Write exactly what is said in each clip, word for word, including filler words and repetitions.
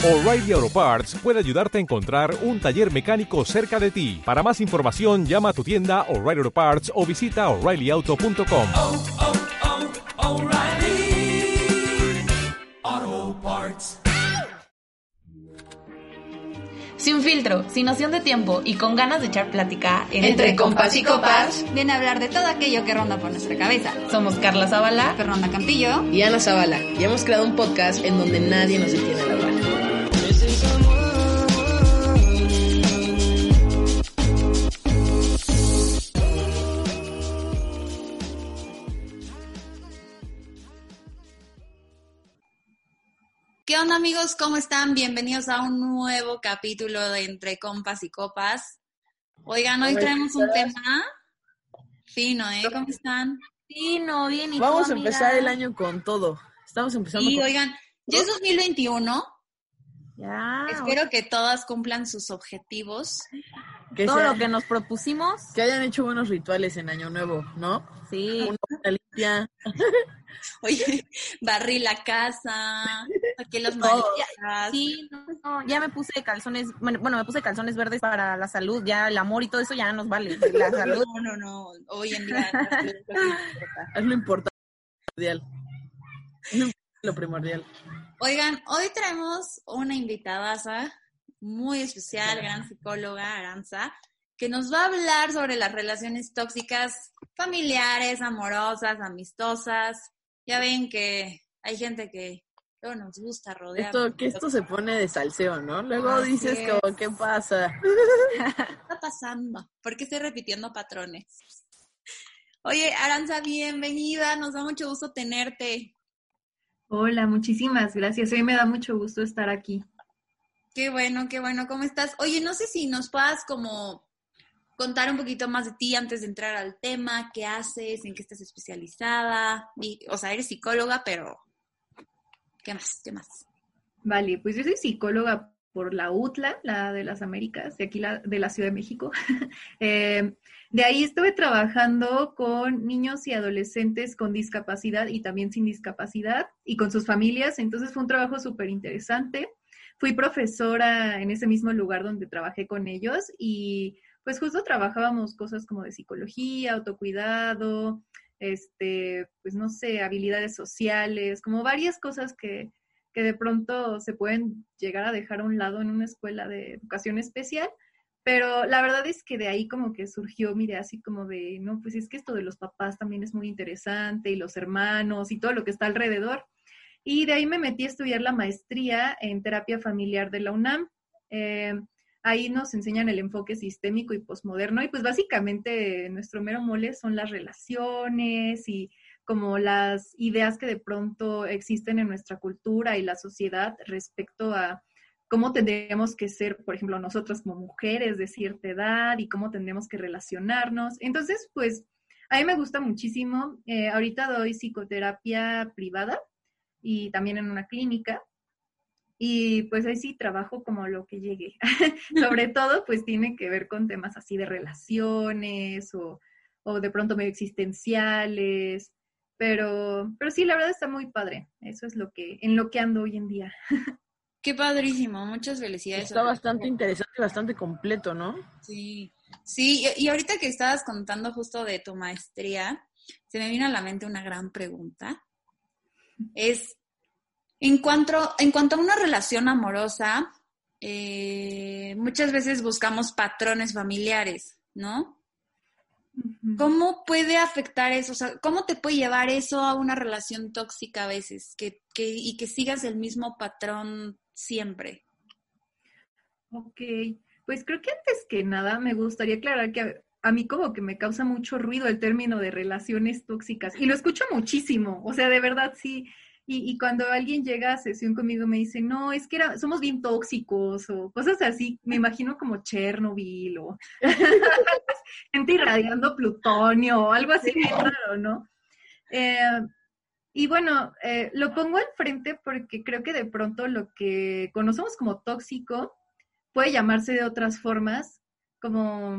O'Reilly Auto Parts puede ayudarte a encontrar un taller mecánico cerca de ti. Para más información, llama a tu tienda O'Reilly Auto Parts o visita O'Reilly Auto punto com. Oh, oh, oh, O'Reilly Auto Parts. Sin filtro, sin noción de tiempo y con ganas de echar plática en Entre compas y copas, viene a hablar de todo aquello que ronda por nuestra cabeza. Somos Carla Zavala, Fernanda Campillo y Ana Zavala, y hemos creado un podcast en donde nadie nos detiene a hablar. ¿Qué onda, amigos? ¿Cómo están? Bienvenidos a un nuevo capítulo de Entre Compas y Copas. Oigan, hoy traemos un tema fino, ¿eh? ¿Cómo están? Fino, bien. ¿Y Vamos tú, a empezar amiga? el año con todo. Estamos empezando Y con... oigan, ya es dos mil veintiuno. Ya. Espero que todas cumplan sus objetivos. que Todo sea- lo que nos propusimos. que hayan hecho buenos rituales en Año Nuevo, ¿no? Sí. Una limpia. Oye, barrí la casa, saqué las Todo. maletas. Sí, no, no, ya me puse calzones, bueno, bueno, me puse calzones verdes para la salud, ya el amor y todo eso ya nos vale. La salud. No, no, no. Hoy en día la salud es lo que importa. Es lo importante, primordial. Es lo- lo primordial. Oigan, hoy traemos una invitadaza muy especial, gran psicóloga, Aranza, que nos va a hablar sobre las relaciones tóxicas familiares, amorosas, amistosas. Ya ven que hay gente que luego nos gusta rodear. Esto, que esto se pone de salseo, ¿no? Luego Así dices es. como, ¿qué pasa? ¿Qué está pasando? ¿Por qué estoy repitiendo patrones? Oye, Aranza, bienvenida. Nos da mucho gusto tenerte. Hola, muchísimas gracias. Hoy me da mucho gusto estar aquí. Qué bueno, qué bueno. ¿Cómo estás? Oye, no sé si nos puedas como contar un poquito más de ti antes de entrar al tema. ¿Qué haces? ¿En qué estás especializada? Y, o sea, eres psicóloga, pero ¿qué más? ¿Qué más? Vale, pues yo soy psicóloga por la U T L A, la de las Américas, de aquí la, de la Ciudad de México. Eh, de ahí estuve trabajando con niños y adolescentes con discapacidad y también sin discapacidad y con sus familias. Entonces fue un trabajo súper interesante. Fui profesora en ese mismo lugar donde trabajé con ellos y pues justo trabajábamos cosas como de psicología, autocuidado, este, pues no sé, habilidades sociales, como varias cosas que, que de pronto se pueden llegar a dejar a un lado en una escuela de educación especial. Pero la verdad es que de ahí como que surgió mi idea así como de, no, pues es que esto de los papás también es muy interesante y los hermanos y todo lo que está alrededor. Y de ahí me metí a estudiar la maestría en terapia familiar de la UNAM. Eh, ahí nos enseñan el enfoque sistémico y posmoderno y pues básicamente nuestro mero mole son las relaciones y como las ideas que de pronto existen en nuestra cultura y la sociedad respecto a cómo tendríamos que ser, por ejemplo, nosotras como mujeres de cierta edad y cómo tendríamos que relacionarnos. Entonces, pues, a mí me gusta muchísimo. Eh, ahorita doy psicoterapia privada y también en una clínica. Y pues ahí sí trabajo como lo que llegue. Sobre todo, pues tiene que ver con temas así de relaciones o, o de pronto medio existenciales. Pero, pero sí, la verdad está muy padre. Eso es lo que, en lo que ando hoy en día. Qué padrísimo. Muchas felicidades. Está bastante interesante y bastante completo, ¿no? Sí, sí. Y, y ahorita que estabas contando justo de tu maestría, se me vino a la mente una gran pregunta. Es, en cuanto, en cuanto a una relación amorosa, eh, muchas veces buscamos patrones familiares, ¿no? ¿Cómo puede afectar eso? O sea, ¿cómo te puede llevar eso a una relación tóxica a veces? Que, que, y que sigas el mismo patrón siempre. Ok, pues creo que antes que nada me gustaría aclarar que a, a mí como que me causa mucho ruido el término de relaciones tóxicas y lo escucho muchísimo, o sea, de verdad sí. Y, y cuando alguien llega a sesión conmigo me dice, no, es que era, somos bien tóxicos o cosas así, me imagino como Chernobyl o gente irradiando plutonio o algo así bien raro, ¿no? Eh, y bueno, eh, lo pongo al frente porque creo que de pronto lo que conocemos como tóxico puede llamarse de otras formas, como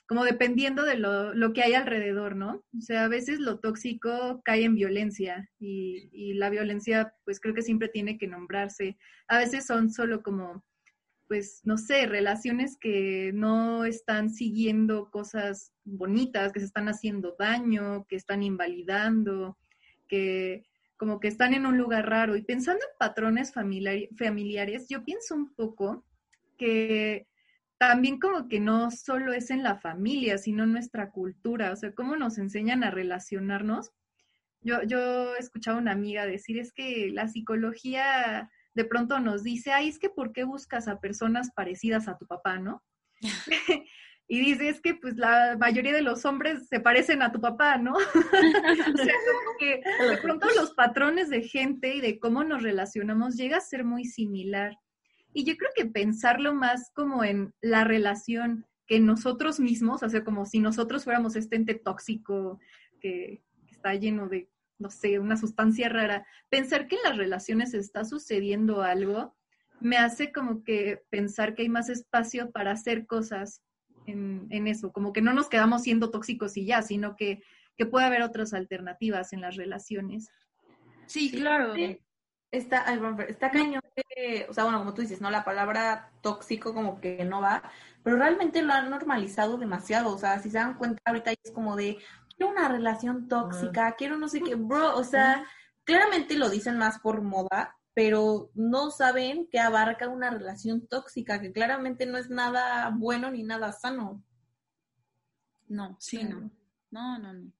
como dependiendo de lo, lo que hay alrededor, ¿no? O sea, a veces lo tóxico cae en violencia y, y la violencia, pues creo que siempre tiene que nombrarse. A veces son solo como, pues, no sé, relaciones que no están siguiendo cosas bonitas, que se están haciendo daño, que están invalidando, que como que están en un lugar raro. Y pensando en patrones familiar, familiares, yo pienso un poco que también como que no solo es en la familia, sino en nuestra cultura, o sea, cómo nos enseñan a relacionarnos. Yo, yo escuchaba a una amiga decir, es que la psicología de pronto nos dice, ay, es que ¿por qué buscas a personas parecidas a tu papá, no? Y dice, es que pues la mayoría de los hombres se parecen a tu papá, ¿no? O sea, como que de pronto los patrones de gente y de cómo nos relacionamos llega a ser muy similar. Y yo creo que pensarlo más como en la relación que nosotros mismos, o sea, como si nosotros fuéramos este ente tóxico que, que está lleno de, no sé, una sustancia rara, pensar que en las relaciones está sucediendo algo, me hace como que pensar que hay más espacio para hacer cosas en, en eso, como que no nos quedamos siendo tóxicos y ya, sino que, que puede haber otras alternativas en las relaciones. Sí, claro. Sí. Está, ay, bueno, está cañón, que, o sea, bueno, como tú dices, ¿no? La palabra tóxico como que no va, pero realmente lo han normalizado demasiado, o sea, si se dan cuenta ahorita es como de, quiero una relación tóxica, quiero no sé qué, bro, o sea, claramente lo dicen más por moda, pero no saben que abarca una relación tóxica, que claramente no es nada bueno ni nada sano. No, sí, no. No, no, no.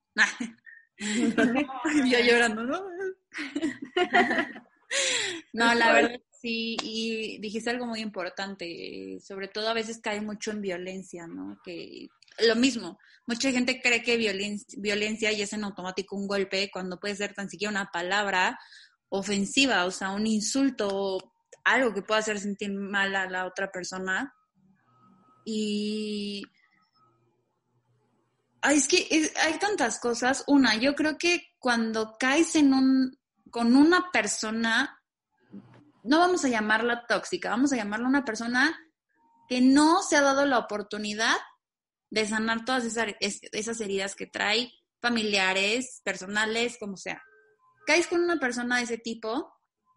Yo llorando, ¿no? No, la verdad sí, y dijiste algo muy importante, sobre todo a veces cae mucho en violencia, ¿no? Que lo mismo, mucha gente cree que violencia, violencia ya es en automático un golpe, cuando puede ser tan siquiera una palabra ofensiva, o sea, un insulto, algo que pueda hacer sentir mal a la otra persona. Y ay, es que es, hay tantas cosas. Una, yo creo que cuando caes en un con una persona, no vamos a llamarla tóxica, vamos a llamarla una persona que no se ha dado la oportunidad de sanar todas esas, esas heridas que trae, familiares, personales, como sea. Caes con una persona de ese tipo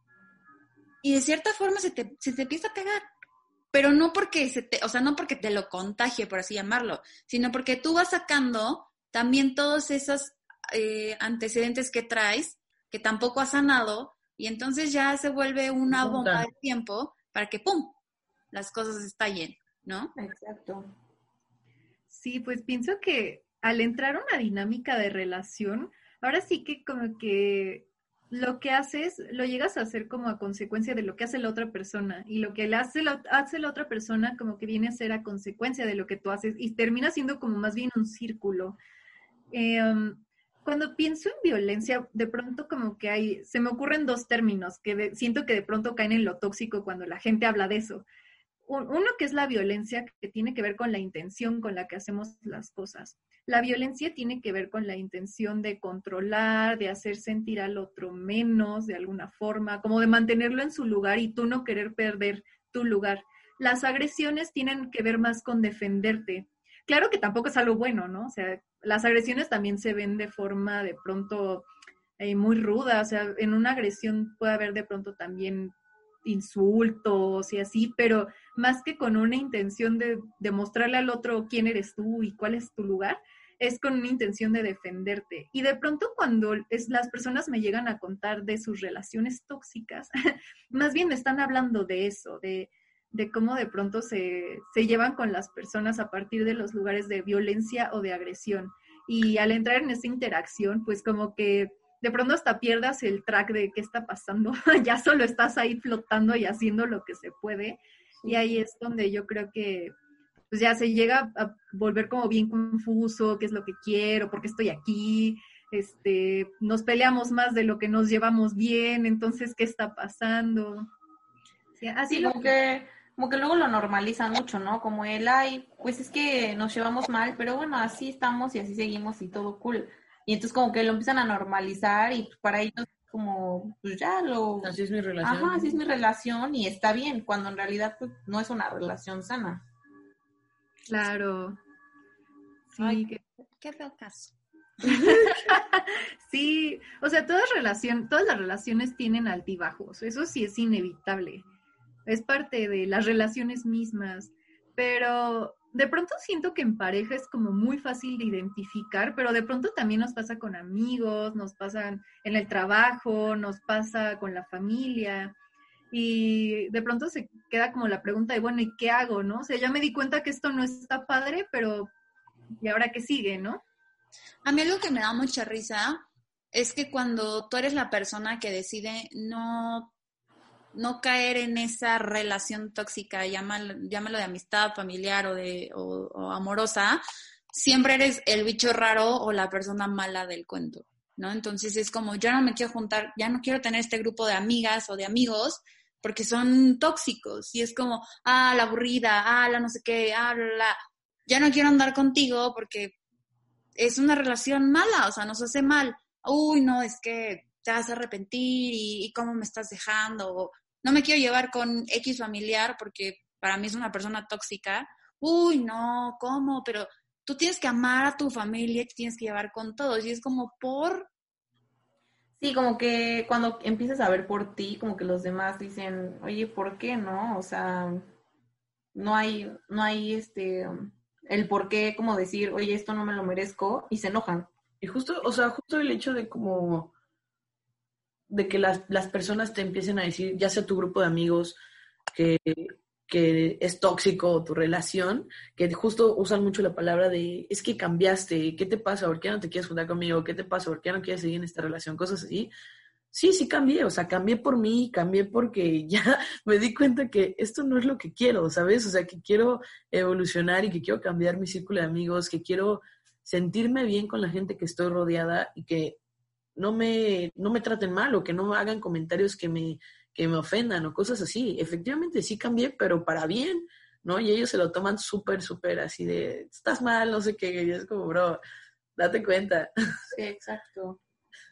y de cierta forma se te, se te empieza a pegar. Pero no porque se te, o sea, no porque te lo contagie, por así llamarlo, sino porque tú vas sacando también todos esos eh, antecedentes que traes, que tampoco has sanado, y entonces ya se vuelve una bomba de tiempo para que ¡pum!, las cosas estallen, ¿no? Exacto. Sí, pues pienso que al entrar a una dinámica de relación, ahora sí que como que lo que haces, lo llegas a hacer como a consecuencia de lo que hace la otra persona, y lo que le hace la, hace la otra persona como que viene a ser a consecuencia de lo que tú haces, y termina siendo como más bien un círculo. Eh, um, cuando pienso en violencia, de pronto como que hay, se me ocurren dos términos que de, siento que de pronto caen en lo tóxico cuando la gente habla de eso. Uno que es la violencia, que tiene que ver con la intención con la que hacemos las cosas. La violencia tiene que ver con la intención de controlar, de hacer sentir al otro menos de alguna forma, como de mantenerlo en su lugar y tú no querer perder tu lugar. Las agresiones tienen que ver más con defenderte. Claro que tampoco es algo bueno, ¿no? O sea, las agresiones también se ven de forma de pronto eh, muy ruda. O sea, en una agresión puede haber de pronto también insultos y así, pero más que con una intención de demostrarle al otro quién eres tú y cuál es tu lugar, es con una intención de defenderte. Y de pronto cuando es, las personas me llegan a contar de sus relaciones tóxicas, más bien me están hablando de eso, de, de cómo de pronto se, se llevan con las personas a partir de los lugares de violencia o de agresión. Y al entrar en esa interacción, pues como que de pronto hasta pierdas el track de qué está pasando, ya solo estás ahí flotando y haciendo lo que se puede, y ahí es donde yo creo que pues ya se llega a volver como bien confuso, qué es lo que quiero, por qué estoy aquí, este, nos peleamos más de lo que nos llevamos bien, entonces, ¿qué está pasando? Sí, así sí, lo como que, como que luego lo normalizan mucho, ¿no? Como el, ay, pues es que nos llevamos mal, pero bueno, así estamos y así seguimos y todo cool. Y entonces como que lo empiezan a normalizar y para ellos como, pues ya lo... Así es mi relación. Ajá, así es mi relación y está bien, cuando en realidad pues no es una relación sana. Claro. Sí, Ay, que- qué feo caso. sí, o sea, todas relación, todas las relaciones tienen altibajos, eso sí es inevitable, es parte de las relaciones mismas, pero de pronto siento que en pareja es como muy fácil de identificar, pero de pronto también nos pasa con amigos, nos pasa en el trabajo, nos pasa con la familia, y de pronto se queda como la pregunta de, bueno, ¿y qué hago, no? O sea, ya me di cuenta que esto no está padre, pero ¿y ahora qué sigue, no? A mí algo que me da mucha risa es que cuando tú eres la persona que decide no, no caer en esa relación tóxica, llámalo, llámalo de amistad, familiar o, de, o, o amorosa, siempre eres el bicho raro o la persona mala del cuento, ¿no? Entonces es como, yo no me quiero juntar, ya no quiero tener este grupo de amigas o de amigos porque son tóxicos. Y es como, ah, la aburrida, ah, la no sé qué, ah, la, la. Ya no quiero andar contigo porque es una relación mala, o sea, nos hace mal. Uy, no, es que te vas a arrepentir y, y cómo me estás dejando. O, no me quiero llevar con X familiar porque para mí es una persona tóxica. Uy, no, ¿cómo? Pero tú tienes que amar a tu familia y te tienes que llevar con todos. Y es como por... Sí, como que cuando empiezas a ver por ti, como que los demás dicen, oye, ¿por qué no? O sea, no hay, no hay este, el por qué, como decir, oye, esto no me lo merezco, y se enojan. Y justo, o sea, justo el hecho de como de que las, las personas te empiecen a decir, ya sea tu grupo de amigos, que, que es tóxico tu relación, que justo usan mucho la palabra de, es que cambiaste, ¿qué te pasa? ¿Por qué ya no te quieres juntar conmigo? ¿Qué te pasa? ¿Por qué ya no quieres seguir en esta relación? Cosas así. Sí, sí cambié, o sea, cambié por mí, cambié porque ya me di cuenta que esto no es lo que quiero, ¿sabes? O sea, que quiero evolucionar y que quiero cambiar mi círculo de amigos, que quiero sentirme bien con la gente que estoy rodeada y que no me, no me traten mal o que no hagan comentarios que me, que me ofendan o cosas así. Efectivamente sí cambié, pero para bien, ¿no? Y ellos se lo toman súper, súper así de, estás mal, no sé qué, y es como, bro, date cuenta. Sí, exacto.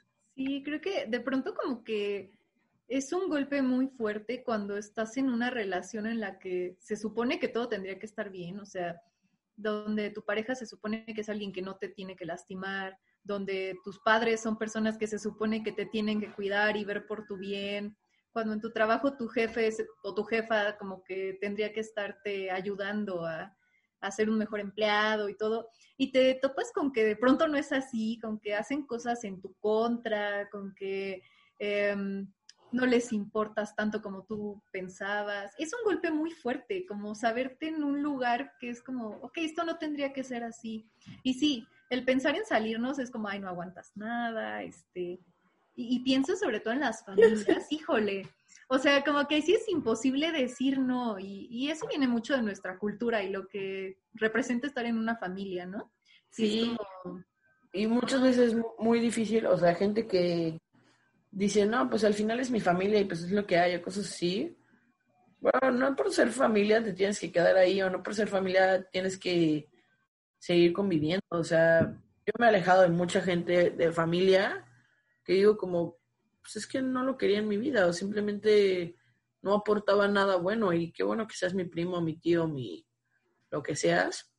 Sí, creo que de pronto como que es un golpe muy fuerte cuando estás en una relación en la que se supone que todo tendría que estar bien, o sea, donde tu pareja se supone que es alguien que no te tiene que lastimar, donde tus padres son personas que se supone que te tienen que cuidar y ver por tu bien, cuando en tu trabajo tu jefe es- o tu jefa como que tendría que estarte ayudando a, a ser un mejor empleado y todo, y te topas con que de pronto no es así, con que hacen cosas en tu contra, con que eh, no les importas tanto como tú pensabas. Es un golpe muy fuerte, como saberte en un lugar que es como, ok, esto no tendría que ser así. Y sí, el pensar en salirnos es como, ay, no aguantas nada, este... Y, y pienso sobre todo en las familias, híjole, o sea, como que sí es imposible decir no, y, y eso viene mucho de nuestra cultura y lo que representa estar en una familia, ¿no? Sí, Sí, es como, y muchas veces es mu- muy difícil, o sea, gente que dice, no, pues al final es mi familia y pues es lo que hay, o cosas así. Bueno, no por ser familia te tienes que quedar ahí, o no por ser familia tienes que seguir conviviendo. O sea, yo me he alejado de mucha gente de familia que digo como, pues es que no lo quería en mi vida, o simplemente no aportaba nada bueno, y qué bueno que seas mi primo, mi tío, mi lo que seas,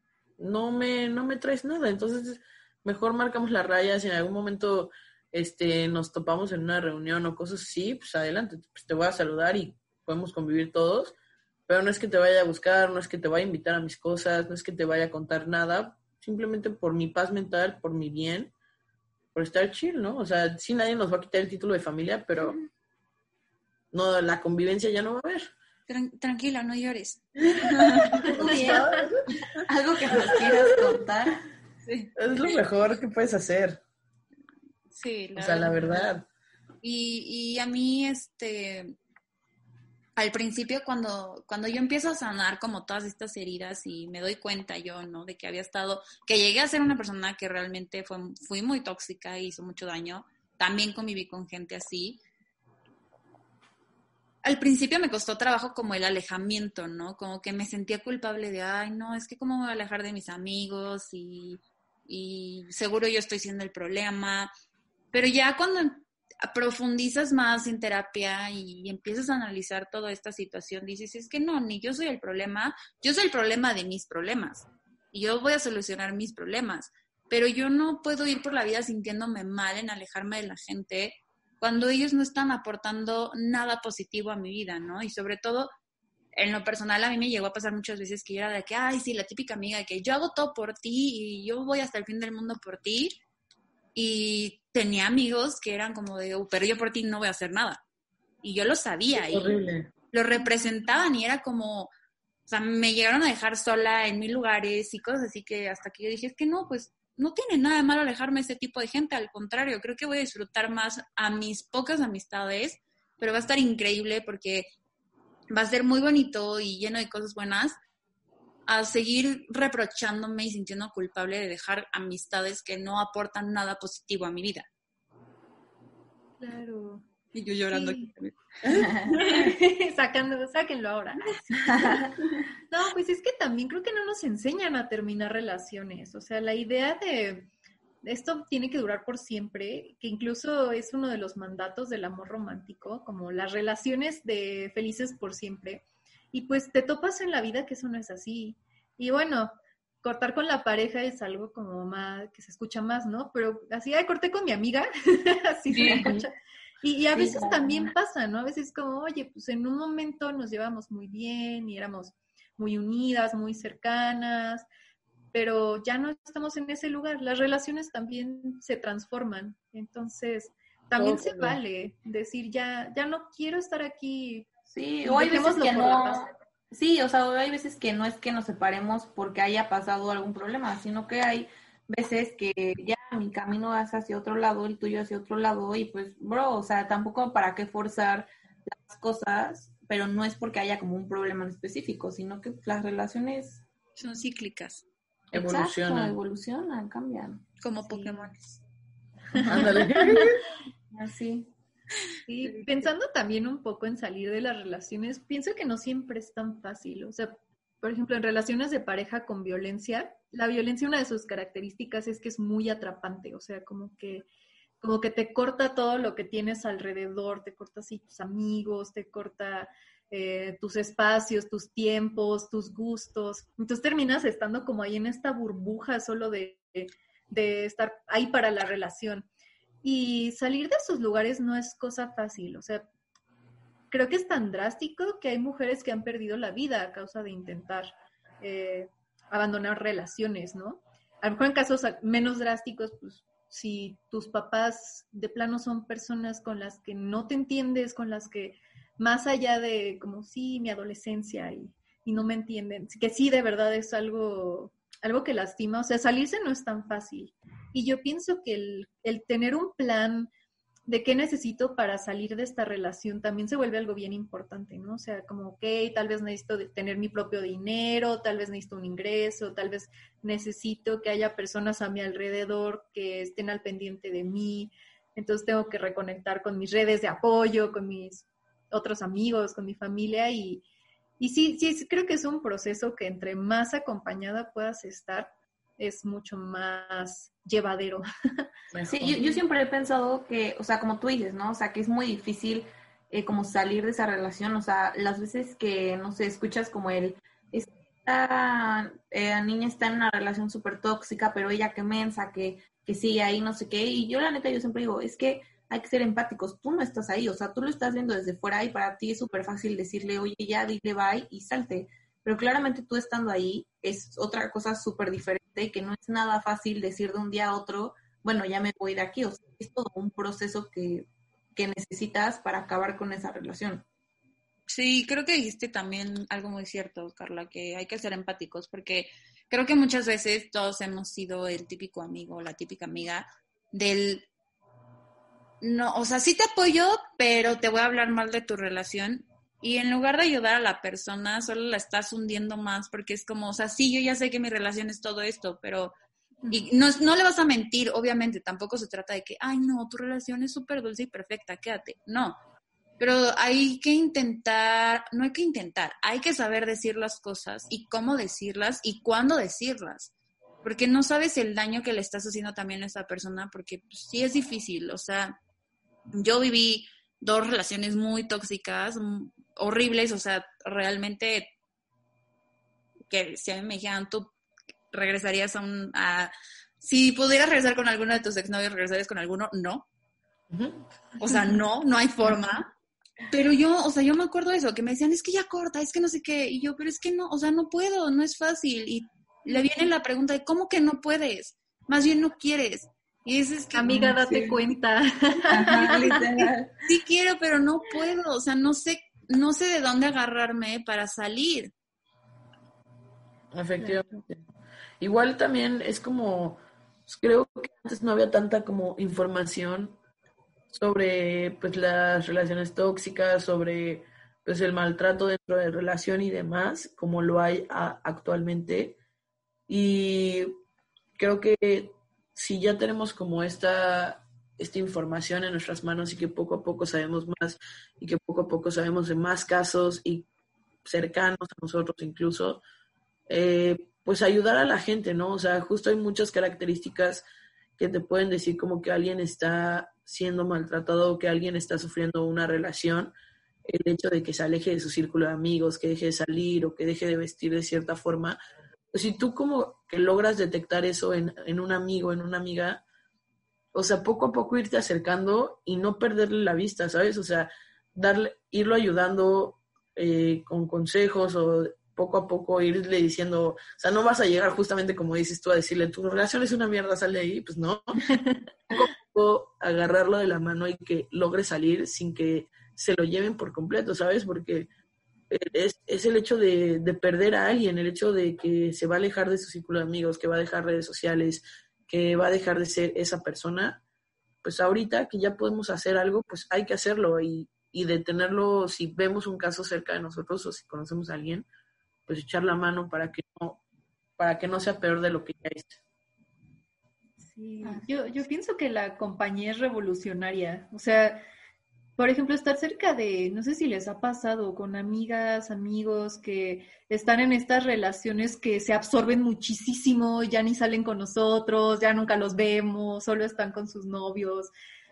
no me, no me traes nada. Entonces, mejor marcamos las rayas. Si en algún momento este, nos topamos en una reunión o cosas así, pues adelante, pues te voy a saludar y podemos convivir todos. Pero no es que te vaya a buscar, no es que te vaya a invitar a mis cosas, no es que te vaya a contar nada, simplemente por mi paz mental, por mi bien, por estar chill, ¿no? O sea, sí, nadie nos va a quitar el título de familia, pero no, la convivencia ya no va a haber. Tran- tranquila, no llores. Muy bien. Algo que nos quieras contar. Sí, Es lo mejor que puedes hacer. sí, O sea, la verdad. Y, y a mí, este, al principio cuando, cuando yo empiezo a sanar como todas estas heridas y me doy cuenta yo, ¿no? De que había estado, que llegué a ser una persona que realmente fue, fui muy tóxica y hizo mucho daño, también conviví con gente así. Al principio me costó trabajo como el alejamiento, ¿no? Como que me sentía culpable de, ay, no, es que cómo me voy a alejar de mis amigos y, y seguro yo estoy siendo el problema. Pero ya cuando profundizas más en terapia y empiezas a analizar toda esta situación, dices, es que no, ni yo soy el problema, yo soy el problema de mis problemas. y yo voy a solucionar mis problemas, pero yo no puedo ir por la vida sintiéndome mal en alejarme de la gente cuando ellos no están aportando nada positivo a mi vida, ¿no? Y sobre todo, en lo personal, a mí me llegó a pasar muchas veces que yo era de que, ay, sí, la típica amiga, de que yo hago todo por ti y yo voy hasta el fin del mundo por ti. Y tenía amigos que eran como de, oh, pero yo por ti no voy a hacer nada. Y yo lo sabía. Es y horrible. lo representaban y era como, o sea, me llegaron a dejar sola en mil lugares y cosas así que hasta que yo dije, es que no, pues no tiene nada de malo alejarme de ese tipo de gente. Al contrario, creo que voy a disfrutar más a mis pocas amistades, pero va a estar increíble porque va a ser muy bonito y lleno de cosas buenas, a seguir reprochándome y sintiendo culpable de dejar amistades que no aportan nada positivo a mi vida. Claro. Y yo llorando Sí. aquí. Sacando, sáquenlo ahora. No, pues es que también creo que no nos enseñan a terminar relaciones. O sea, la idea de esto tiene que durar por siempre, que incluso es uno de los mandatos del amor romántico, como las relaciones de felices por siempre. Y pues te topas en la vida que eso no es así. Y bueno, cortar con la pareja es algo como más, que se escucha más, ¿no? Pero así, ay, corté con mi amiga, así se escucha. Y, y a Sí, veces claro. también pasa, ¿no? A veces como, oye, pues en un momento nos llevamos muy bien y éramos muy unidas, muy cercanas, pero ya no estamos en ese lugar. Las relaciones también se transforman. Entonces, también Todo se cambia. vale decir, ya, ya no quiero estar aquí. Sí, Y o hay veces dejémoslo que por la no, paz. sí, o sea, hay veces que no es que nos separemos porque haya pasado algún problema, sino que hay veces que ya mi camino es hacia otro lado, el tuyo hacia otro lado, y pues, bro, o sea, tampoco para qué forzar las cosas, pero no es porque haya como un problema en específico, sino que las relaciones, Son cíclicas, exacto, Evoluciona. evolucionan, cambian, como Sí. Pokémon. Ándale. así. Sí, pensando también un poco en salir de las relaciones, pienso que no siempre es tan fácil. O sea, por ejemplo, en relaciones de pareja con violencia, la violencia, una de sus características es que es muy atrapante, o sea, como que, como que te corta todo lo que tienes alrededor, te corta así tus amigos, te corta eh, tus espacios, tus tiempos, tus gustos. Entonces terminas estando como ahí en esta burbuja solo de, de estar ahí para la relación. Y salir de esos lugares no es cosa fácil, o sea, creo que es tan drástico que hay mujeres que han perdido la vida a causa de intentar eh, abandonar relaciones, ¿no? A lo mejor en casos menos drásticos, pues si tus papás de plano son personas con las que no te entiendes, con las que más allá de como sí, mi adolescencia y, y no me entienden, que sí de verdad es algo, algo que lastima, o sea, salirse no es tan fácil. Y yo pienso que el, el tener un plan de qué necesito para salir de esta relación también se vuelve algo bien importante, ¿no? O sea, como, ok, tal vez necesito de tener mi propio dinero, tal vez necesito un ingreso, tal vez necesito que haya personas a mi alrededor que estén al pendiente de mí, entonces tengo que reconectar con mis redes de apoyo, con mis otros amigos, con mi familia y, y sí, sí, creo que es un proceso que entre más acompañada puedas estar, es mucho más llevadero. Sí, yo, yo siempre he pensado que, o sea, como tú dices, ¿no? O sea, que es muy difícil eh, como salir de esa relación, o sea, las veces que, no sé, escuchas como el, esta eh, niña está en una relación súper tóxica, pero ella que mensa, que, que sigue ahí, no sé qué, y yo la neta, yo siempre digo, es que hay que ser empáticos, tú no estás ahí, o sea, tú lo estás viendo desde fuera y para ti es súper fácil decirle, oye, ya, dile bye y salte. Pero claramente tú estando ahí es otra cosa súper diferente, que no es nada fácil decir de un día a otro, bueno, ya me voy de aquí. O sea, es todo un proceso que, que necesitas para acabar con esa relación. Sí, creo que dijiste también algo muy cierto, Carla, que hay que ser empáticos, porque creo que muchas veces todos hemos sido el típico amigo, la típica amiga del, no, o sea, sí te apoyo, pero te voy a hablar mal de tu relación. Y en lugar de ayudar a la persona, solo la estás hundiendo más, porque es como, o sea, sí, yo ya sé que mi relación es todo esto, pero y no, no le vas a mentir, obviamente, tampoco se trata de que, ay, no, tu relación es súper dulce y perfecta, quédate. No, pero hay que intentar, no hay que intentar, hay que saber decir las cosas y cómo decirlas y cuándo decirlas, porque no sabes el daño que le estás haciendo también a esa persona, porque pues, sí es difícil, o sea, yo viví dos relaciones muy tóxicas, m- horribles, o sea, realmente que si a mí me dijeran, tú regresarías a un... A, si pudieras regresar con alguno de tus exnovios, ¿regresarías con alguno? No. Ujú. O sea, no, no hay forma. Pero yo, o sea, yo me acuerdo de eso, que me decían, es que ya corta, es que no sé qué. Y yo, pero es que no, o sea, no puedo, no es fácil. Y le viene la pregunta de, ¿cómo que no puedes? Más bien no quieres. Y es, es que... Amiga, date Sí. cuenta. Ajá, literal. Sí quiero, pero no puedo. O sea, no sé, no sé de dónde agarrarme para salir. Efectivamente. Igual también es como, pues, creo que antes no había tanta como información sobre pues las relaciones tóxicas, sobre pues el maltrato dentro de relación y demás, como lo hay a- actualmente. Y creo que si ya tenemos como esta, esta información en nuestras manos y que poco a poco sabemos más y que poco a poco sabemos de más casos y cercanos a nosotros incluso, eh, pues ayudar a la gente, ¿no? O sea, justo hay muchas características que te pueden decir como que alguien está siendo maltratado o que alguien está sufriendo una relación, el hecho de que se aleje de su círculo de amigos, que deje de salir o que deje de vestir de cierta forma. Pues si tú como que logras detectar eso en, en un amigo, en una amiga, o sea, poco a poco irte acercando y no perderle la vista, ¿sabes? O sea, darle, irlo ayudando eh, con consejos o poco a poco irle diciendo, o sea, no vas a llegar justamente como dices tú a decirle, tu relación es una mierda, sal de ahí, pues no. Poco a poco agarrarlo de la mano y que logre salir sin que se lo lleven por completo, ¿sabes? Porque es, es el hecho de, de perder a alguien, el hecho de que se va a alejar de su círculo de amigos, que va a dejar redes sociales, que va a dejar de ser esa persona. Pues ahorita que ya podemos hacer algo, pues hay que hacerlo y, y detenerlo si vemos un caso cerca de nosotros o si conocemos a alguien, pues echar la mano para que no, para que no sea peor de lo que ya es. Sí, yo, yo pienso que la compañía es revolucionaria. O sea, por ejemplo, estar cerca de, no sé si les ha pasado con amigas, amigos que están en estas relaciones que se absorben muchísimo, ya ni salen con nosotros, ya nunca los vemos, solo están con sus novios.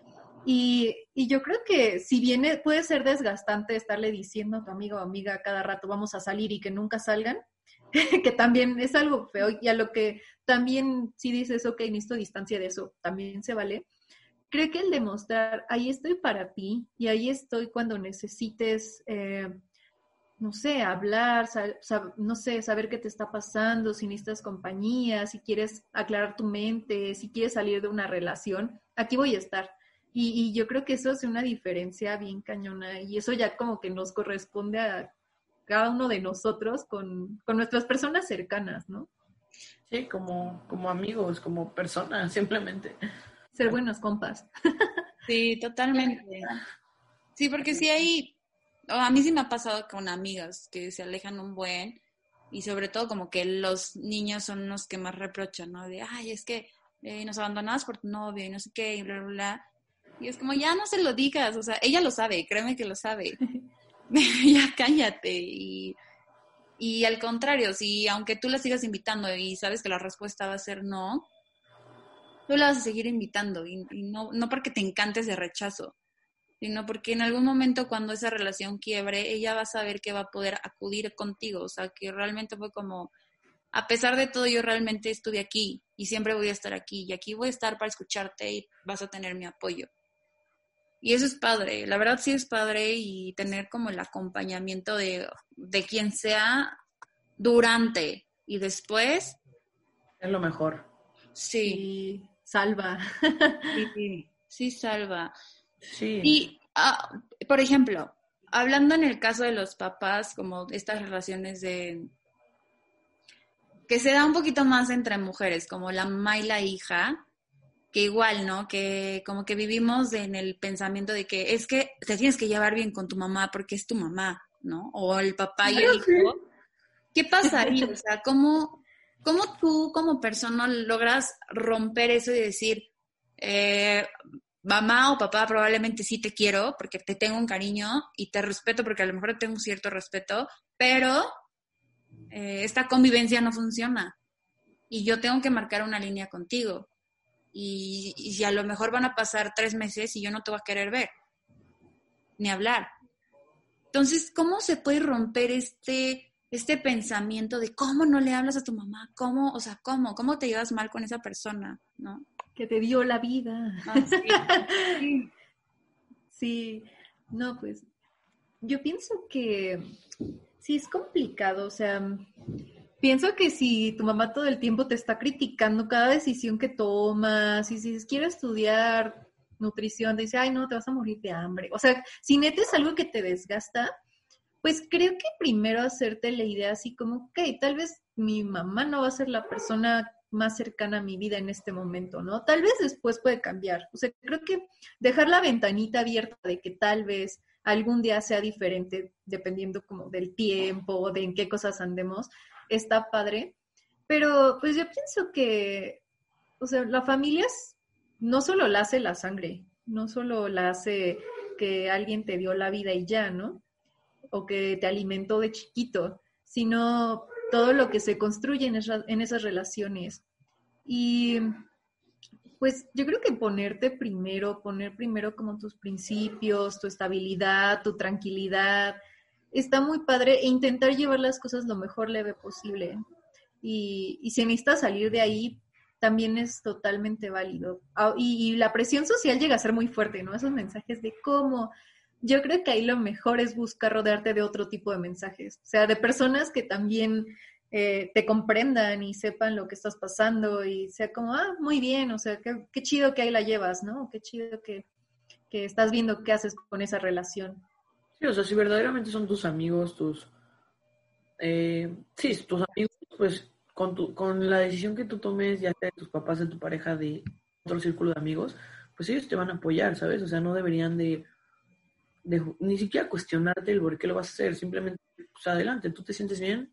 Y, y yo creo que si bien e- puede ser desgastante estarle diciendo a tu amigo o amiga cada rato vamos a salir y que nunca salgan, que también es algo feo y a lo que también si dices, ok, necesito distancia de eso, también se vale. Creo que el demostrar, ahí estoy para ti y ahí estoy cuando necesites, eh, no sé, hablar, sa- sab- no sé, saber qué te está pasando, si necesitas compañía, si quieres aclarar tu mente, si quieres salir de una relación, aquí voy a estar. Y, y yo creo que eso hace una diferencia bien cañona y eso ya como que nos corresponde a cada uno de nosotros con, con nuestras personas cercanas, ¿no? Sí, como, como amigos, como personas, simplemente. Ser buenos compas. Sí, totalmente. Sí, porque sí hay, o a mí sí me ha pasado con amigas que se alejan un buen y sobre todo como que los niños son los que más reprochan, ¿no? De, ay, es que eh, nos abandonabas por tu novio y no sé qué y bla, bla, bla. Y es como, ya no se lo digas, o sea, ella lo sabe, créeme que lo sabe. Ya cállate. Y, y al contrario, si aunque tú la sigas invitando y sabes que la respuesta va a ser no, tú la vas a seguir invitando y, y no, no porque te encante ese rechazo, sino porque en algún momento cuando esa relación quiebre, ella va a saber que va a poder acudir contigo, o sea, que realmente fue como, a pesar de todo, yo realmente estuve aquí y siempre voy a estar aquí y aquí voy a estar para escucharte y vas a tener mi apoyo. Y eso es padre, la verdad sí es padre y tener como el acompañamiento de, de quien sea durante y después, Es lo mejor. sí, Y salva. sí, sí salva. Sí. Y, ah, por ejemplo, hablando en el caso de los papás, como estas relaciones de que se da un poquito más entre mujeres, como la mamá y la hija, que igual, ¿no? Que como que vivimos en el pensamiento de que es que te tienes que llevar bien con tu mamá porque es tu mamá, ¿no? O el papá y el hijo. ¿Qué pasa ahí? O sea, ¿cómo, cómo tú como persona logras romper eso y decir, eh, mamá o papá, probablemente sí te quiero porque te tengo un cariño y te respeto porque a lo mejor tengo un cierto respeto, pero eh, esta convivencia no funciona y yo tengo que marcar una línea contigo y, y a lo mejor van a pasar tres meses y yo no te voy a querer ver ni hablar. Entonces, ¿cómo se puede romper este este pensamiento de cómo no le hablas a tu mamá, cómo, o sea, cómo, cómo te llevas mal con esa persona, ¿no? Que te dio la vida. Ah, sí. Sí. Sí, no, pues yo pienso que sí es complicado, o sea, pienso que si tu mamá todo el tiempo te está criticando cada decisión que tomas, y si quieres estudiar nutrición, te dice, ay, no, te vas a morir de hambre. O sea, si neta es algo que te desgasta, pues creo que primero hacerte la idea así como, ok, tal vez mi mamá no va a ser la persona más cercana a mi vida en este momento, ¿no? Tal vez después puede cambiar. O sea, creo que dejar la ventanita abierta de que tal vez algún día sea diferente, dependiendo como del tiempo, de en qué cosas andemos, está padre. Pero pues yo pienso que, o sea, la familia es, no solo la hace la sangre, no solo la hace que alguien te dio la vida y ya, ¿no? O que te alimentó de chiquito, sino todo lo que se construye en, esa, en esas relaciones. Y pues yo creo que ponerte primero, poner primero como tus principios, tu estabilidad, tu tranquilidad, está muy padre, e intentar llevar las cosas lo mejor leve posible. Y, y si necesitas salir de ahí, también es totalmente válido. Ah, y, y la presión social llega a ser muy fuerte, ¿no? Esos mensajes de cómo... Yo creo que ahí lo mejor es buscar rodearte de otro tipo de mensajes, o sea, de personas que también eh, te comprendan y sepan lo que estás pasando y sea como, ah, muy bien, o sea, qué, qué chido que ahí la llevas, ¿no? Qué chido que, que estás viendo qué haces con esa relación. Sí, o sea, si verdaderamente son tus amigos, tus... Eh, sí, tus amigos, pues con, tu, con la decisión que tú tomes, ya sea de tus papás, de tu pareja, de otro círculo de amigos, pues ellos te van a apoyar, ¿sabes? O sea, no deberían de... De, ni siquiera cuestionarte el por qué lo vas a hacer, simplemente, pues adelante, ¿tú te sientes bien?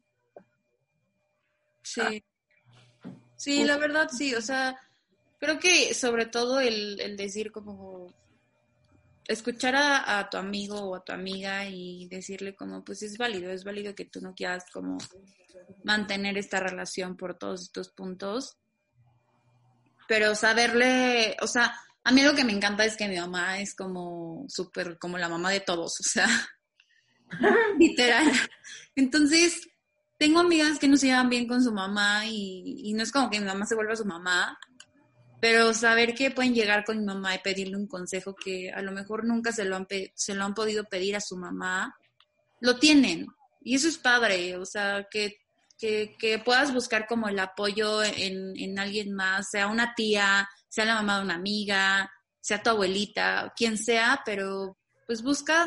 Sí, sí, la verdad sí, o sea, creo que sobre todo el, el decir como, escuchar a, a tu amigo o a tu amiga y decirle como, pues es válido, es válido que tú no quieras como mantener esta relación por todos estos puntos, pero saberle, o sea, a mí lo que me encanta es que mi mamá es como súper, como la mamá de todos, o sea, literal. Entonces, tengo amigas que no se llevan bien con su mamá y, y no es como que mi mamá se vuelva su mamá, pero saber que pueden llegar con mi mamá y pedirle un consejo que a lo mejor nunca se lo han, pe- se lo han podido pedir a su mamá, lo tienen. Y eso es padre, o sea, que, que, que puedas buscar como el apoyo en, en alguien más, sea una tía, sea la mamá de una amiga, sea tu abuelita, quien sea, pero pues busca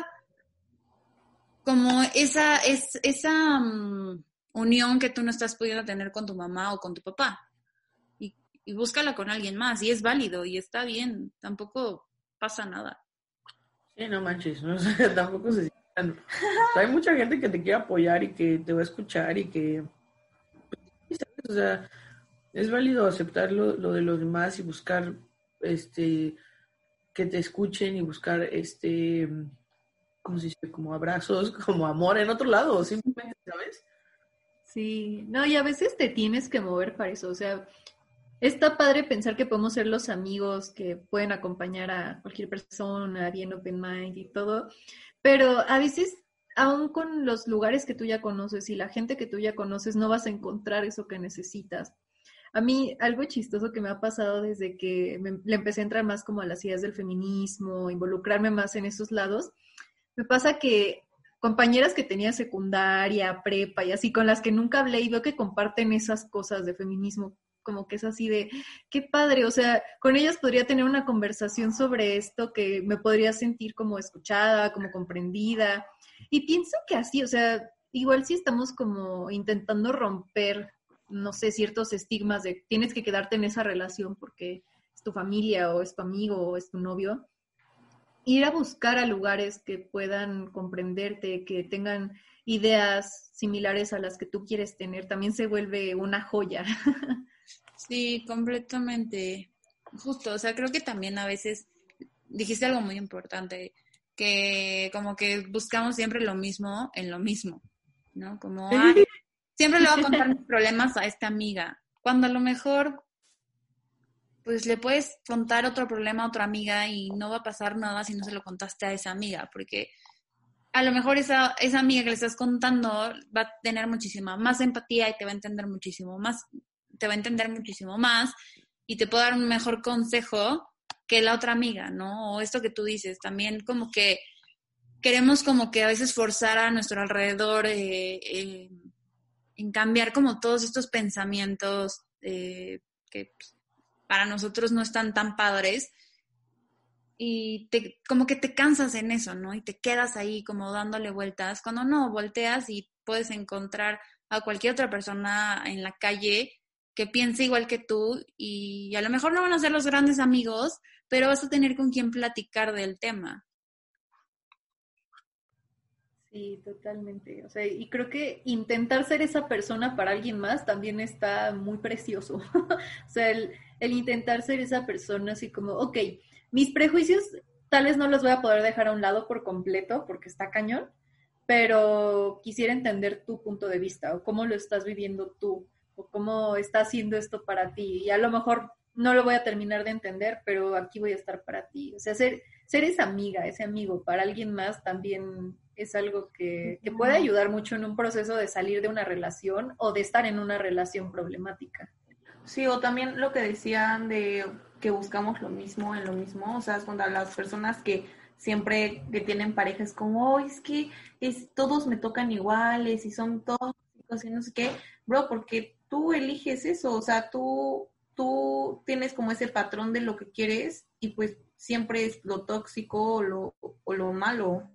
como esa, es, esa um, unión que tú no estás pudiendo tener con tu mamá o con tu papá. Y, y búscala con alguien más, y es válido, y está bien, tampoco pasa nada. Sí, no manches, ¿no? O sea, tampoco se sientan. O sea, hay mucha gente que te quiere apoyar y que te va a escuchar y que, pues, ¿sabes? O sea, es válido aceptar lo, lo de los demás y buscar, este, que te escuchen y buscar, este, ¿cómo se dice? Como abrazos, como amor en otro lado, simplemente, ¿sabes? Sí, no, y a veces te tienes que mover para eso, o sea, está padre pensar que podemos ser los amigos que pueden acompañar a cualquier persona, bien open mind y todo, pero a veces, aún con los lugares que tú ya conoces y la gente que tú ya conoces, no vas a encontrar eso que necesitas. A mí, algo chistoso que me ha pasado desde que me, le empecé a entrar más como a las ideas del feminismo, involucrarme más en esos lados, me pasa que compañeras que tenía secundaria, prepa y así, con las que nunca hablé y veo que comparten esas cosas de feminismo, como que es así de, qué padre, o sea, con ellas podría tener una conversación sobre esto que me podría sentir como escuchada, como comprendida. Y pienso que así, o sea, igual si estamos como intentando romper, no sé, ciertos estigmas de tienes que quedarte en esa relación porque es tu familia o es tu amigo o es tu novio, ir a buscar a lugares que puedan comprenderte, que tengan ideas similares a las que tú quieres tener, también se vuelve una joya. Sí, completamente. Justo, o sea, creo que también a veces dijiste algo muy importante, que como que buscamos siempre lo mismo en lo mismo, ¿no? Como, ay, siempre le voy a contar mis problemas a esta amiga, cuando a lo mejor pues le puedes contar otro problema a otra amiga y no va a pasar nada si no se lo contaste a esa amiga, porque a lo mejor esa, esa amiga que le estás contando va a tener muchísima más empatía y te va a entender muchísimo más, te va a entender muchísimo más y te puede dar un mejor consejo que la otra amiga, ¿no? O esto que tú dices, también como que queremos como que a veces forzar a nuestro alrededor eh, eh, en cambiar como todos estos pensamientos eh, que pues, para nosotros no están tan padres. Y te, como que te cansas en eso, ¿no? Y te quedas ahí como dándole vueltas. Cuando no, volteas y puedes encontrar a cualquier otra persona en la calle que piense igual que tú y a lo mejor no van a ser los grandes amigos, pero vas a tener con quien platicar del tema. Sí, totalmente. O sea, y creo que intentar ser esa persona para alguien más también está muy precioso. O sea, el, el intentar ser esa persona así como, ok, mis prejuicios tal vez no los voy a poder dejar a un lado por completo porque está cañón, pero quisiera entender tu punto de vista o cómo lo estás viviendo tú o cómo está haciendo esto para ti. Y a lo mejor no lo voy a terminar de entender, pero aquí voy a estar para ti. O sea, ser, ser esa amiga, ese amigo para alguien más también es algo que, que puede ayudar mucho en un proceso de salir de una relación o de estar en una relación problemática. Sí, o también lo que decían de que buscamos lo mismo en lo mismo, o sea, es cuando las personas que siempre que tienen pareja es como, oh, es que es, todos me tocan iguales y son tóxicos y no sé qué, bro, porque tú eliges eso, o sea, tú, tú tienes como ese patrón de lo que quieres y pues siempre es lo tóxico o lo, o lo malo.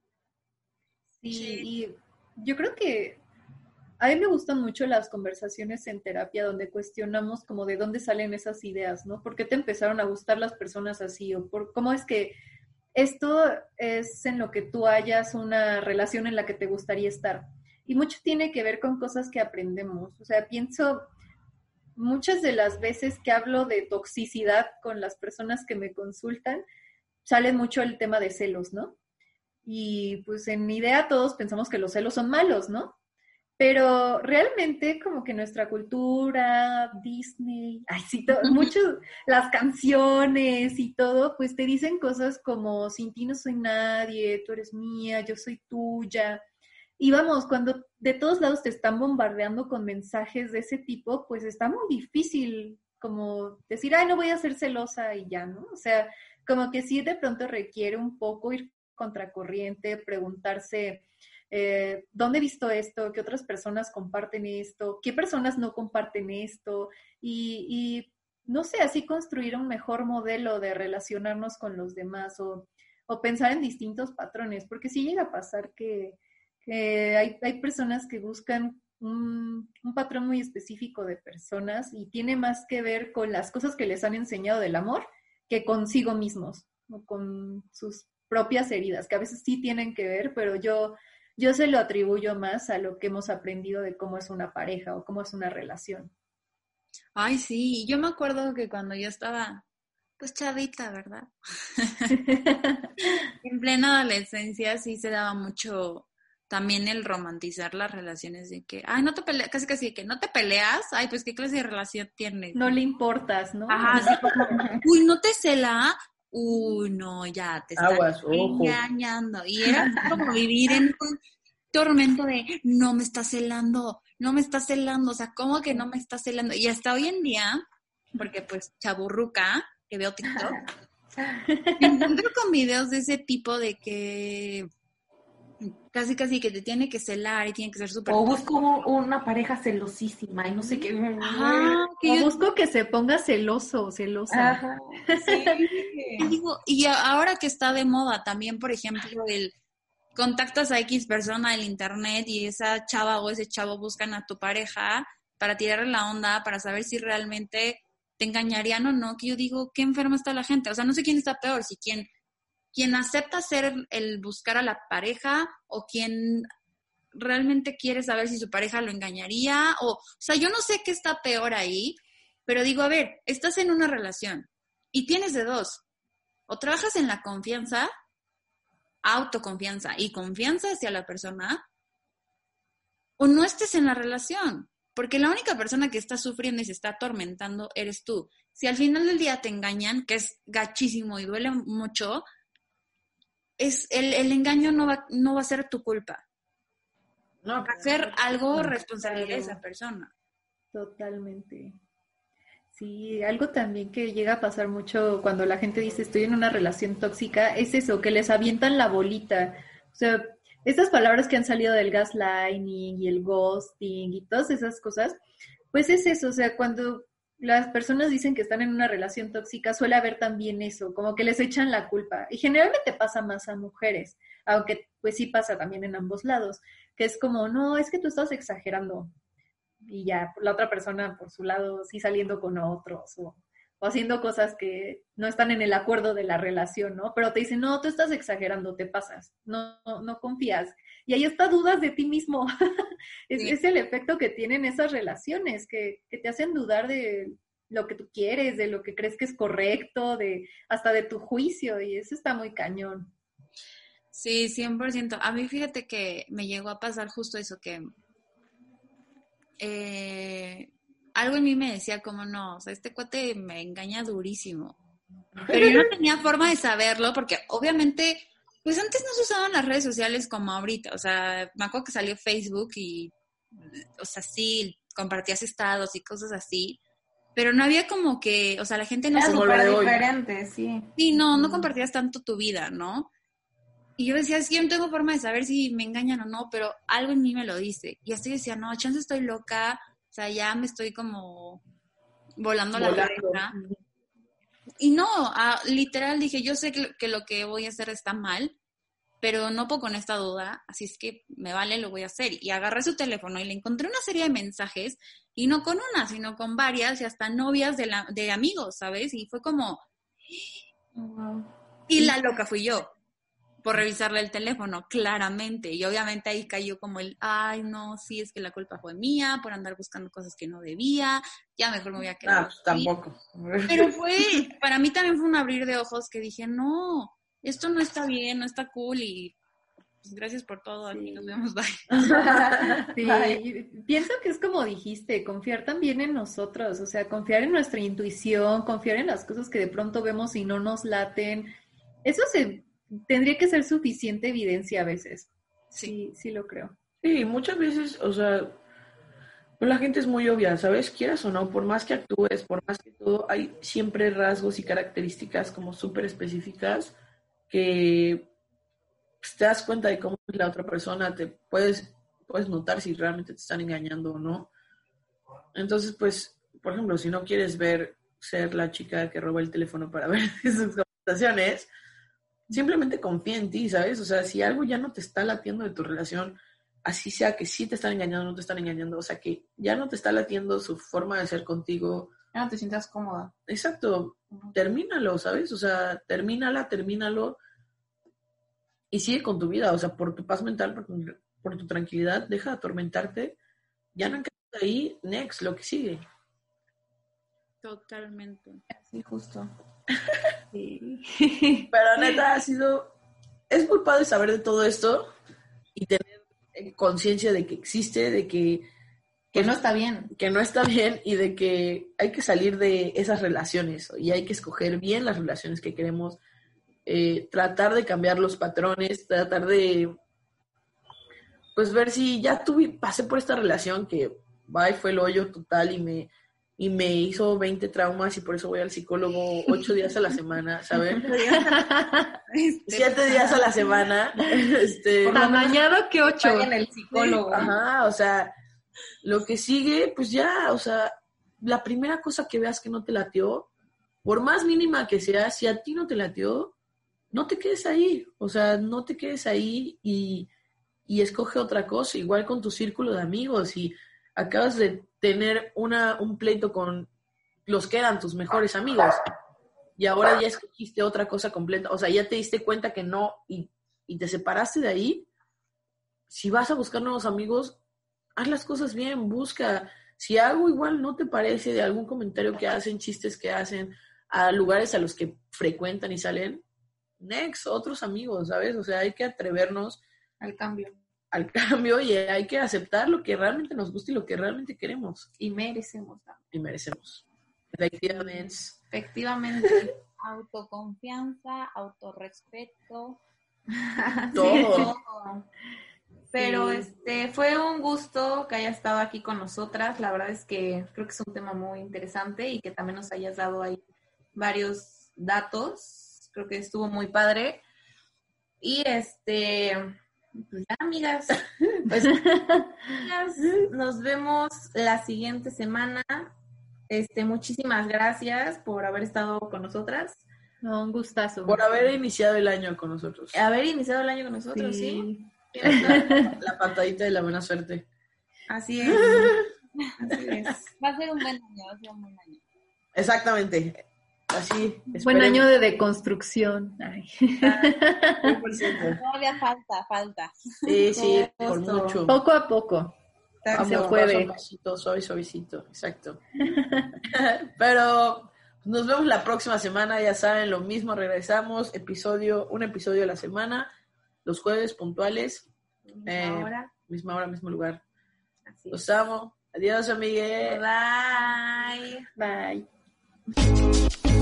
Sí, y yo creo que a mí me gustan mucho las conversaciones en terapia donde cuestionamos como de dónde salen esas ideas, ¿no? ¿Por qué te empezaron a gustar las personas así? ¿O por cómo es que esto es en lo que tú hayas una relación en la que te gustaría estar? Y mucho tiene que ver con cosas que aprendemos. O sea, pienso muchas de las veces que hablo de toxicidad con las personas que me consultan, sale mucho el tema de celos, ¿no? Y pues en mi idea todos pensamos que los celos son malos, ¿no? Pero realmente como que nuestra cultura, Disney, ay, sí, todo, muchos, las canciones y todo, pues te dicen cosas como, sin ti no soy nadie, tú eres mía, yo soy tuya. Y vamos, cuando de todos lados te están bombardeando con mensajes de ese tipo, pues está muy difícil como decir, ay, no voy a ser celosa y ya, ¿no? O sea, como que sí de pronto requiere un poco ir contracorriente, preguntarse, Eh, ¿dónde he visto esto? ¿Qué otras personas comparten esto? ¿Qué personas no comparten esto? Y, y no sé, así construir un mejor modelo de relacionarnos con los demás o, o pensar en distintos patrones, porque sí llega a pasar que, que hay, hay personas que buscan un, un patrón muy específico de personas y tiene más que ver con las cosas que les han enseñado del amor que consigo mismos o con sus propias heridas, que a veces sí tienen que ver, pero yo... Yo se lo atribuyo más a lo que hemos aprendido de cómo es una pareja o cómo es una relación. Ay, sí, yo me acuerdo que cuando yo estaba, pues chavita, ¿verdad? En plena adolescencia sí se daba mucho también el romantizar las relaciones de que, ay, no te peleas, casi casi de que no te peleas, ay, pues qué clase de relación tienes. No le importas, ¿no? Ajá, sí, como, uy, no te cela, uy, no, ya te están Aguas, ojo. engañando. Y era como vivir en un tormento de, no me está celando, no me está celando, o sea, ¿cómo que no me está celando? Y hasta hoy en día, porque pues chaburruca, que veo TikTok, me encuentro con videos de ese tipo de que casi casi que te tiene que celar y tiene que ser súper... O busco una pareja celosísima y no sé qué. Ajá, que O yo- busco que se ponga celoso o celosa. Ajá, sí. Y digo, y ahora que está de moda también, por ejemplo, el contactas a X persona del internet y esa chava o ese chavo buscan a tu pareja para tirarle la onda, para saber si realmente te engañarían o no, que yo digo, qué enferma está la gente. O sea, no sé quién está peor, si quien, quien acepta ser el, el buscar a la pareja o quien realmente quiere saber si su pareja lo engañaría. O, o sea, yo no sé qué está peor ahí, pero digo, a ver, estás en una relación y tienes de dos. O trabajas en la confianza, autoconfianza y confianza hacia la persona, o no estés en la relación. Porque la única persona que está sufriendo y se está atormentando eres tú. Si al final del día te engañan, que es gachísimo y duele mucho, es el, el engaño no va, no va a ser tu culpa. No, Va a ser algo no, responsabilidad de claro. esa persona. Totalmente. Sí, algo también que llega a pasar mucho cuando la gente dice estoy en una relación tóxica, es eso, que les avientan la bolita. O sea, estas palabras que han salido del gaslighting y el ghosting y todas esas cosas, pues es eso, o sea, cuando las personas dicen que están en una relación tóxica, suele haber también eso, como que les echan la culpa. Y generalmente pasa más a mujeres, aunque pues sí pasa también en ambos lados, que es como, no, es que tú estás exagerando. Y ya la otra persona por su lado sí saliendo con otros o, o haciendo cosas que no están en el acuerdo de la relación, ¿no? Pero te dicen, no, tú estás exagerando, te pasas, no, no, no confías. Y ahí está dudas de ti mismo. es, Sí. es el efecto que tienen esas relaciones, que, que te hacen dudar de lo que tú quieres, de lo que crees que es correcto, de hasta de tu juicio, y eso está muy cañón. Sí, cien por ciento. A mí fíjate que me llegó a pasar justo eso, que eh, algo en mí me decía como no, o sea, este cuate me engaña durísimo. Pero yo no tenía forma de saberlo porque obviamente, pues antes no se usaban las redes sociales como ahorita. O sea, me acuerdo que salió Facebook y, o sea, sí, compartías estados y cosas así. Pero no había como que, o sea, la gente no Era se... Como lo súper de hoy. diferente, sí. Sí, no, no compartías tanto tu vida, ¿no? Y yo decía, es que yo no tengo forma de saber si me engañan o no, pero algo en mí me lo dice. Y hasta yo decía, no, chance estoy loca, o sea, ya me estoy como volando la Volando. cabeza. Y no, ah, literal dije, yo sé que, que lo que voy a hacer está mal, pero no puedo con esta duda, así es que me vale, lo voy a hacer. Y agarré su teléfono y le encontré una serie de mensajes, y no con una, sino con varias, y hasta novias de, la, de amigos, ¿sabes? Y fue como... Y la loca fui yo, por revisarle el teléfono, claramente. Y obviamente ahí cayó como el, ay, no, sí, es que la culpa fue mía, por andar buscando cosas que no debía, ya mejor me voy a quedar Ah, pues así. tampoco. Pero fue, para mí también fue un abrir de ojos que dije, no, esto no está bien, no está cool y pues gracias por todo, aquí nos vemos, bye. Sí, Ay. y pienso que es como dijiste, confiar también en nosotros, o sea, confiar en nuestra intuición, confiar en las cosas que de pronto vemos y no nos laten. Eso se tendría que ser suficiente evidencia a veces. Sí, sí lo creo. Sí, muchas veces, o sea, pues la gente es muy obvia, ¿sabes? Quieras o no, por más que actúes, por más que todo, hay siempre rasgos y características como súper específicas que pues, te das cuenta de cómo es la otra persona, te puedes, puedes notar si realmente te están engañando o no. Entonces, pues, por ejemplo, si no quieres ver ser la chica que roba el teléfono para ver sus conversaciones, simplemente confía en ti, ¿sabes? O sea, si algo ya no te está latiendo de tu relación, así sea que sí te están engañando o no te están engañando, o sea, que ya no te está latiendo su forma de ser contigo, Ya no te sientas cómoda. exacto, termínalo, ¿sabes? O sea, termínala, termínalo y sigue con tu vida, o sea, por tu paz mental, por tu, por tu tranquilidad, deja de atormentarte, ya no encajas ahí, next, lo que sigue. Totalmente. Sí, justo. Sí. Pero neta, ha sido, es muy padre saber de todo esto y tener eh, conciencia de que existe, de que Que no está bien. que no está bien y de que hay que salir de esas relaciones y hay que escoger bien las relaciones que queremos, eh, tratar de cambiar los patrones, tratar de, pues ver si ya tuve, pasé por esta relación que bye, fue el hoyo total y me, y me hizo veinte traumas y por eso voy al psicólogo ocho días a la semana, ¿saben? Este, Siete días a la semana. Este, Amañado que ocho. Vayan el psicólogo. Ajá, o sea, lo que sigue, pues ya, o sea, la primera cosa que veas que no te latió, por más mínima que sea, si a ti no te latió, no te quedes ahí, o sea, no te quedes ahí y, y escoge otra cosa, igual con tu círculo de amigos, y acabas de tener una, un pleito con los que eran tus mejores amigos, y ahora ya escogiste otra cosa completa, o sea, ya te diste cuenta que no, y, y te separaste de ahí. Si vas a buscar nuevos amigos, haz las cosas bien, busca. Si algo igual no te parece de algún comentario que hacen, chistes que hacen, a lugares a los que frecuentan y salen, next, otros amigos, ¿sabes? O sea, hay que atrevernos Al cambio. al cambio y hay que aceptar lo que realmente nos gusta y lo que realmente queremos Y merecemos también. y merecemos. Efectivamente. Efectivamente. autoconfianza, autorrespeto Todo. Pero Sí. este fue un gusto que hayas estado aquí con nosotras. La verdad es que creo que es un tema muy interesante y que también nos hayas dado ahí varios datos. Creo que estuvo muy padre. Y este, pues ya, amigas, Pues, amigas, nos vemos la siguiente semana. Este, muchísimas gracias por haber estado con nosotras, No, un gustazo. por haber iniciado el año con nosotros. haber iniciado el año con nosotros, ¿sí? Sí. La patadita de la buena suerte. Así es. Así es. Va a ser un buen año, va a ser un buen año. Exactamente. Así. Buen esperemos. año de deconstrucción. Ay. cien por ciento. Todavía falta, falta. Sí, sí, por Justo. mucho. Poco a poco. Exacto. Como puede. Paso a pasito, suave, suavecito. Exacto. Pero nos vemos la próxima semana, ya saben, lo mismo, regresamos, episodio, un episodio a la semana, los jueves puntuales, eh, Ahora, misma hora, mismo lugar. así es. Los amo. Adiós, amigues. Bye. Bye.